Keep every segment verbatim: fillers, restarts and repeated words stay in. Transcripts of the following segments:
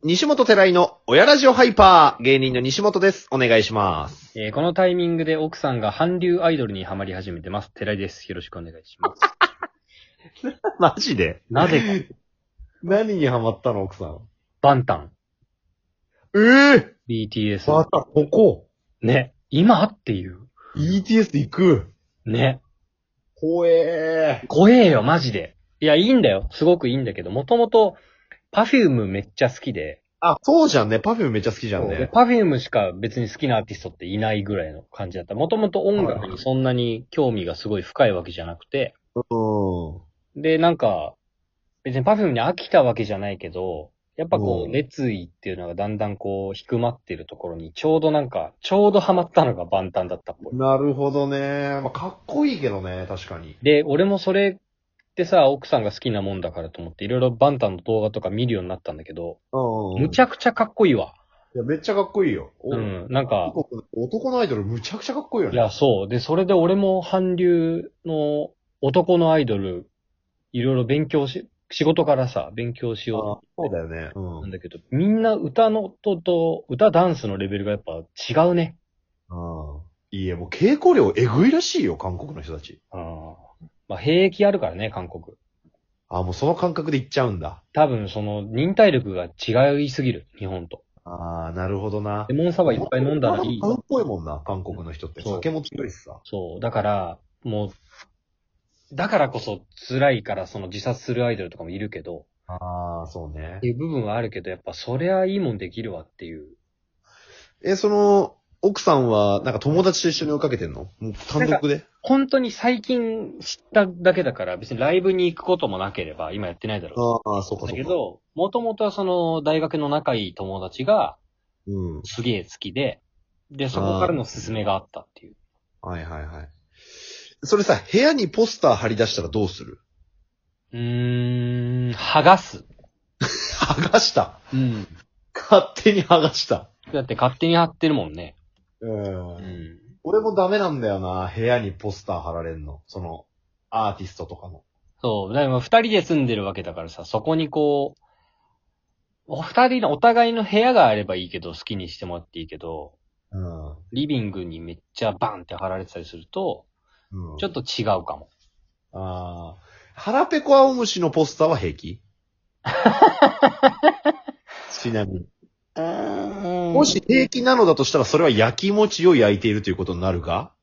西本寺井の親ラジオハイパー、芸人の西本です。お願いします。 えー、このタイミングで奥さんが韓流アイドルにハマり始めてます。寺井です。よろしくお願いします。 マジでなぜか、 何にハマったの、奥さん。 バンタン。 えぇ、ー、 ビーティーエス。 また、ここ。 ね。今っていう。 ビーティーエス 行く。 ね。 怖えー。 怖えよ、マジで。いや、いいんだよ。すごくいいんだけど、もともと、パフュームめっちゃ好きで。 あ、そうじゃんね。パフュームめっちゃ好きじゃんね。 パフュームしか別に好きなアーティストっていないぐらいの感じだった。もともと音楽にそんなに興味がすごい深いわけじゃなくて。 うん。 で、なんか、別にパフュームに飽きたわけじゃないけど、やっぱこう、熱意っていうのがだんだんこう、低まってるところに、ちょうどなんか、ちょうどハマったのが万端だったっぽい。 なるほどね。まあ、かっこいいけどね、確かに。 で、俺もそれってさ、奥さんが好きなもんだからと思って、いろいろバンタンの動画とか見るようになったんだけど、 うん。 むちゃくちゃかっこいいわ。 いや、めっちゃかっこいいよ。 うん、なんか、 男のアイドルむちゃくちゃかっこいいよね。 いや、そう。で、それで俺も韓流の男のアイドル、いろいろ勉強し、仕事からさ、勉強しよう。そうだよね。うう。なんだけど、みんな歌の音と、歌ダンスのレベルがやっぱ違うね。 ん。いいえ、もう稽古量えぐいらしいよ、韓国の人たち。 うん。まあ、兵役あるからね、韓国。 あ、もうその感覚でいっちゃうんだ。 多分、その、忍耐力が違いすぎる、日本と。 ああ、なるほどな。 レモンサワーいっぱい飲んだらいい。 買うっぽいもんな、韓国の人って。 そう酒も強いしさ。 そう。だから、もう、だからこそ辛いからその自殺するアイドルとかもいるけど、 ああ、そうねって。いう部分はあるけど、やっぱそりゃいいもんできるわっていう。 え、その、奥さんは、なんか友達と一緒に追いかけてんのもう単独で本当に最近知っただけだから、別にライブに行くこともなければ、今やってないだろああ、そうう。 かそうか。 だけど、もともとはその大学の仲いい友達が、 うん。 すげえ好きで、で、そこからの勧めがあったっていう。 はいはいはい。それさ、部屋にポスター貼り出したらどうするうーん、剥がす。 剥がした。 うん。 勝手に剥がした。 だって勝手に貼ってるもんね。 う。 うんん。 俺もダメなんだよな、部屋にポスター貼られんの。その、アーティストとかの。 そう。だから二人で住んでるわけだからさ、そこにこう、お二人のお互いの部屋があればいいけど、好きにしてもらっていいけど、 うん。 リビングにめっちゃバンって貼られてたりすると、 うん。 ちょっと違うかも。 ああ。腹ペコ青虫のポスターは平気ちなみに。ももし平気なのだとしたら、それは焼き餅を焼いているということになるが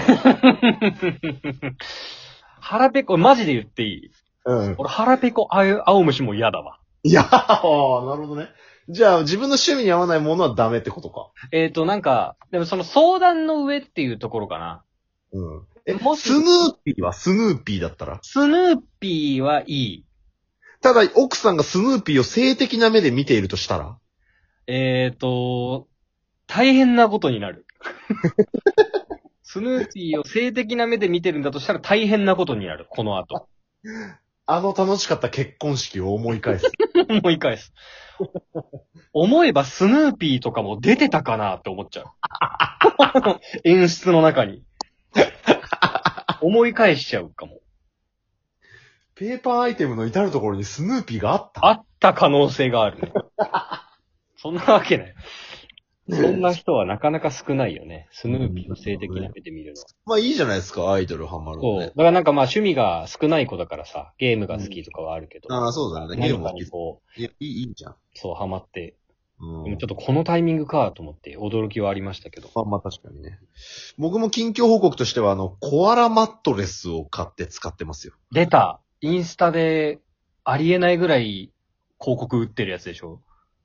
腹ペコ、マジで言っていい？ うん。 俺腹ペコ青青虫も嫌だわ。 いやー、なるほどね。じゃあ、自分の趣味に合わないものはダメってことか。 えっと、なんか、でもその相談の上っていうところかな。 うん。え、 もしスヌーピーはスヌーピーだったらスヌーピーはいい。 ただ、奥さんがスヌーピーを性的な目で見ているとしたらえっと、大変なことになる。スヌーピーを性的な目で見てるんだとしたら大変なことになる、この後。 あの楽しかった結婚式を思い返す。 思い返す。思えばスヌーピーとかも出てたかなって思っちゃう。演出の中に。思い返しちゃうかも。 ペーパーアイテムの至るところにスヌーピーがあったあった可能性があるね。そんなわけない。そんな人はなかなか少ないよね。スヌーピーを性的な目で見るの。 まあいいじゃないですか、アイドルハマるそう。 のね。 だからなんかまあ趣味が少ない子だからさ、ゲームが好きとかはあるけど。 ああ、そうだね。ゲー何かムも好き。 にこいや、いい、いいじゃん。 う、そう、ハマって。 うん。 でもちょっとこのタイミングかと思って驚きはありましたけど。 まあまあ確かにね。僕も近況報告としては、あの、コアラマットレスを買って使ってますよ。 出た。インスタでありえないぐらい広告打ってるやつでしょ。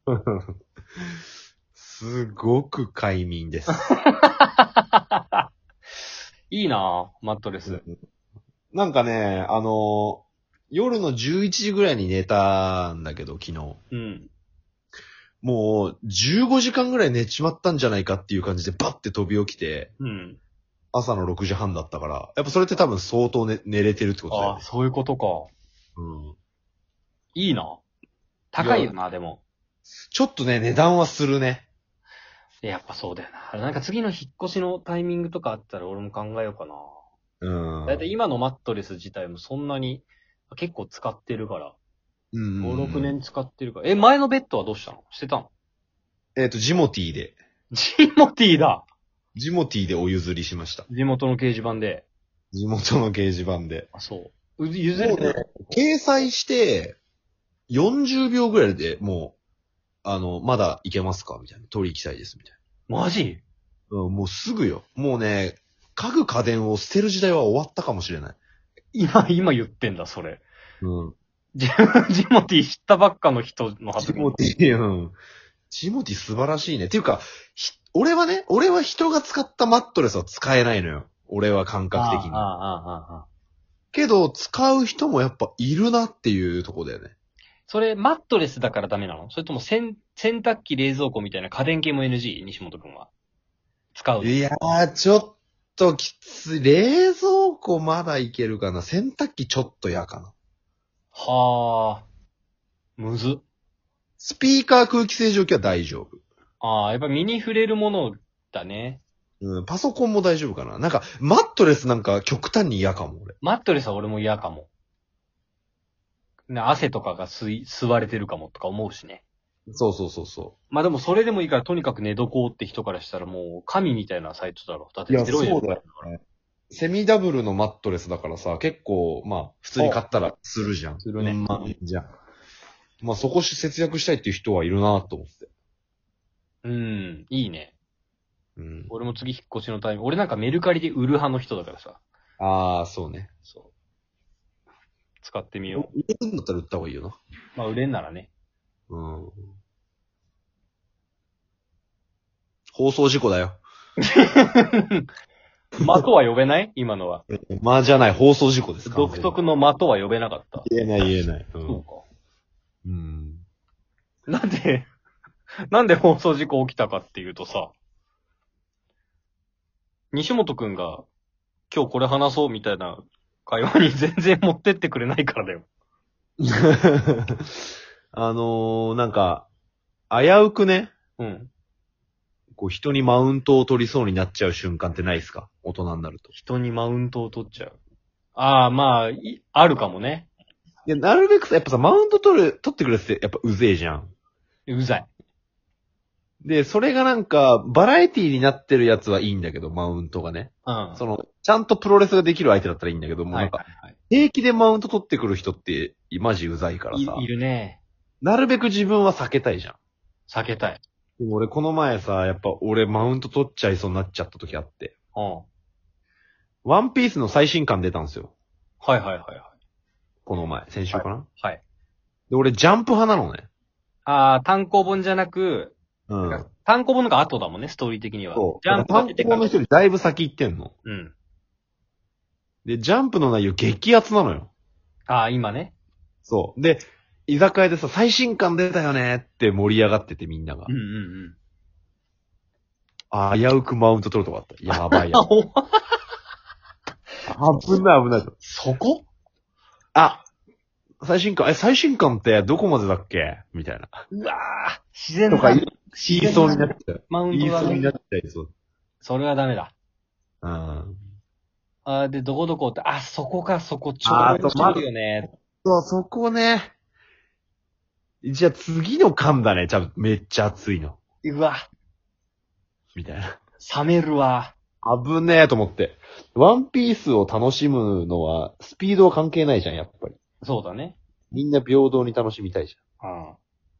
すごく快眠です。 いいなぁ、マットレス。 なんかね、あの、夜のじゅういちじぐらいに寝たんだけど、昨日。 うん。 もう、じゅうごじかんぐらい寝ちまったんじゃないかっていう感じで、バッて飛び起きて、 うん。 朝のろくじはんだったから、やっぱそれって多分相当、ね、寝れてるってことだよああ、 ね。 そういうことか。 うん。 いいな。高いよな、でも。 ちょっとね、値段はするね。 やっぱそうだよな。なんか次の引っ越しのタイミングとかあったら俺も考えようかな。 うん。 だいたい今のマットレス自体もそんなに結構使ってるから。 うん。 ご、ろくねん使ってるから。え、前のベッドはどうしたの？してたの？ えっと、ジモティーで。 ジモティーだ。 ジモティーでお譲りしました。 地元の掲示板で。 地元の掲示板で。 あ、そう。う譲もうねれてる。、 掲載して、よんじゅうびょうぐらいでもう、あの、まだいけますかみたいな。取り行きたいです、みたいマジ？ な。うん、もうすぐよ。もうね、家具家電を捨てる時代は終わったかもしれない。 今、今言ってんだ、それ。 うん。 ジジモティー知ったばっかの人の発ジモ言。 ティ、うん。ジモティ素晴らしいね。っていうか、ひ俺はね、俺は人が使ったマットレスは使えないのよ。俺は感覚的に。 ああ、ああ、ああ。 けど、使う人もやっぱいるなっていうところだよね。 それ、マットレスだからダメなの？それとも洗、洗濯機、冷蔵庫みたいな家電系も エヌジー？ 西本くんは。使うの？ いやー、ちょっときつい。冷蔵庫まだいけるかな。洗濯機ちょっと嫌かな。 はあ。むずっ。 スピーカー空気清浄機は大丈夫。 ああ、やっぱ身に触れるものだね。 うん、パソコンも大丈夫かな。なんか、マットレスなんか極端に嫌かも、俺。 マットレスは俺も嫌かも。ね、汗とかが吸い、吸われてるかもとか思うしね。 そうそうそうそまあでもそれでもいいからとにかく寝床って人からしたらもう神みたいなサイトだろ。だっう。いや、 てゼロ円そうだよね。セミダブルのマットレスだからさ、結構、まあ、普通に買ったらするじゃん。 するねうんまあ、じゃん。まあ、そこ節約したいっていう人はいるなと思って。 うん、いいね。 うん。 俺も次引っ越しのタイミング。俺なんかメルカリで売る派の人だからさ。 ああ、そうね。 そう。使ってみよう。 売れるんだったら売った方がいいよな。 まあ売れんならね。 うん。放送事故だよ。 的は呼べない今のは。 まあじゃない、放送事故ですか。 独特の的は呼べなかった。 言えない言えない。う。 そうんか。 うん。 なんで、なんで放送事故起きたかっていうとさ、西本くんが今日これ話そうみたいな会話に全然持ってってくれないからだよ。 あのー、なんか、危うくね、 うん。 こう人にマウントを取りそうになっちゃう瞬間ってないですか？大人になると。 人にマウントを取っちゃう。ああ、まあ、いあるかもね。 いや、なるべくさ、やっぱさ、マウント取る、取ってくれってやっぱうぜえじゃん。 うざい。 で、それがなんか、バラエティになってるやつはいいんだけど、マウントがね。 うん。 その、ちゃんとプロレスができる相手だったらいいんだけど、もうはないんか、 はいはい。 平気でマウント取ってくる人って、マジうざいからさ。 いいるね。 なるべく自分は避けたいじゃん。 避けたい。 でも俺この前さ、やっぱ俺マウント取っちゃいそうになっちゃった時あって。 うん。 ワンピースの最新刊出たんですよ。 はいはいはいはい。 この前。先週かな、 はい。 で、俺ジャンプ派なのね。 ああ、単行本じゃなく、 うん。 単行本のが後だもんね、ストーリー的には。 そう。 ジャンプが単出てから。 行本の人よりだいぶ先行ってんの。 うん。 で、ジャンプの内容激アツなのよ。 ああ、今ね。 そう。で、居酒屋でさ、最新刊出たよねって盛り上がっててみんなが。 うんうんうん。 あー、危うくマウント取るとこあった。やばいやあ、お危ない危ない。 そこあ、最新刊、え、最新刊ってどこまでだっけみたいな。 うわぁ、自然なとか言いそうになっちゃう。 マウン言いトだね。 そうになっちゃいそう。 それはダメだ。 うん。 あーで、どこどこって、あ、そこか、そこ、ちょあーうどしてるよね。 そう、そこね。じゃあ次の巻だね。じゃあめっちゃ熱いの。 うわ、 みたいな。 冷めるわ。 危ねえと思って。ワンピースを楽しむのは、スピードは関係ないじゃん、やっぱり。 そうだね。 みんな平等に楽しみたいじうん。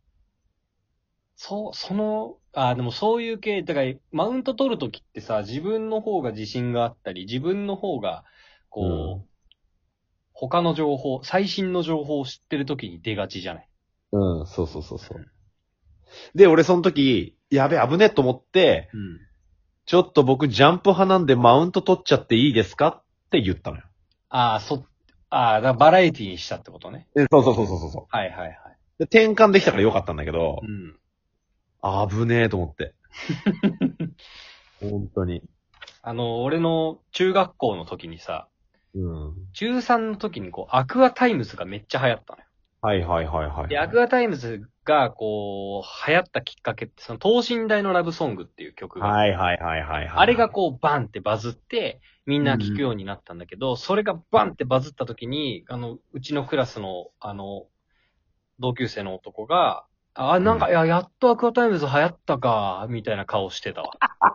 そう、その、あ、でもそういう系、だから、マウント取るときってさ、自分の方が自信があったり、自分の方が、こう、 うん他の情報、最新の情報を知ってるときに出がちじゃない。 ゃん。うん、そうそうそうそう。で、俺その時、やべえ、危ねえと思って、 うん。 ちょっと僕ジャンプ派なんでマウント取っちゃっていいですかって言ったのよ。 ああ、そ、ああ、だからバラエティにしたってことね。 えそうそうそうそうそう。 はいはいはい。 で、転換できたからよかったんだけど、 うん。 危ねえと思って。本当に。 あの、俺の中学校の時にさ、 うん。 中さんの時にこう、アクアタイムズがめっちゃ流行ったのよ。 はいはいはいはい。 で、アクアタイムズがこう、流行ったきっかけって、その等身大のラブソングっていう曲が、 はいはいはいはいはい。 あれがこう、バンってバズって、みんな聴くようになったんだけど、それがバンってバズった時に、あの、うちのクラスの、あの、 同級生の男が、あ、なんか、 うんいや、やっとアクアタイムズ流行ったか、みたいな顔してたわ。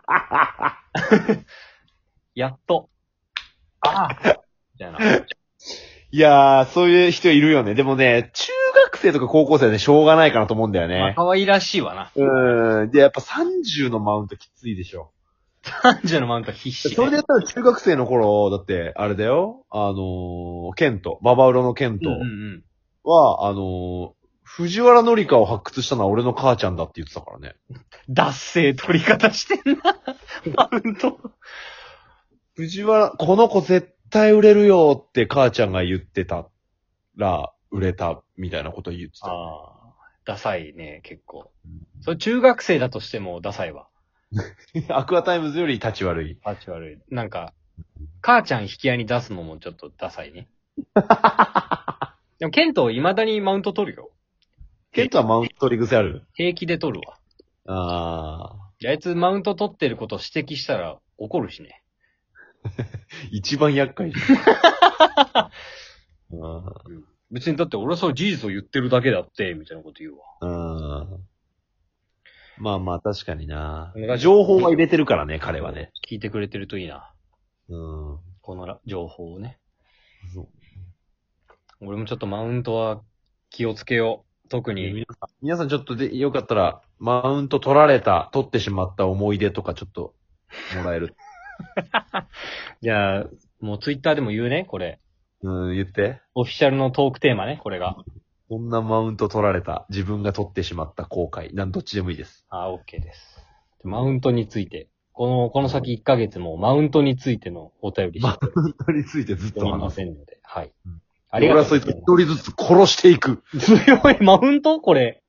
やっと。ああみたいな。 いやー、そういう人いるよね。でもね、中学生とか高校生はね、しょうがないかなと思うんだよまあ、 ね。 可愛らしいわな。 うーん。で、やっぱさんじゅうのマウントきついでしょ。 さんじゅうのマウント必死、ね。 それでやったら中学生の頃、だって、あれだよ。あのー、ケント、ババウロのケントうんうんうん。 は、あのー、藤原紀香を発掘したのは俺の母ちゃんだって言ってたからね。 脱製取り方してんな。マウント。 藤原、この子絶対売れるよって母ちゃんが言ってたら、売れた、みたいなこと言ってた。 ああ。ダサいね、結構。それ中学生だとしてもダサいわ。 アクアタイムズより立ち悪い。 パチ悪い。なんか、母ちゃん引き合いに出すのもちょっとダサいね。でも、ケント未だにマウント取るよ。 ケントはマウント取り癖ある？ 平気で取るわ。 ああ。 あいつマウント取ってることを指摘したら怒るしね。 一番厄介じゃん。あ別にだって俺はそう事実を言ってるだけだって、みたいなこと言うわ。 あ。まあまあ確かになお願い。します情報は入れてるからね、彼はね。 聞いてくれてるといいな。 うん。 このら情報をね。 そう俺もちょっとマウントは気をつけよう。特に。 皆さん、皆さんちょっとで、よかったら、マウント取られた、取ってしまった思い出とかちょっと、もらえる。 じゃあ、もうツイッターでも言うね、これ。 うん、言って。 オフィシャルのトークテーマね、これが。 こんなマウント取られた、自分が取ってしまった後悔。なん、どっちでもいいです。 ああ、OK です。マウントについて。この、この先いっかげつもマウントについてのお便りしマてウントについてずっと読みま話す。 せんので。はい。 うんありがとう俺はそいつ一人ずつ殺していく。 強いマウントこれ。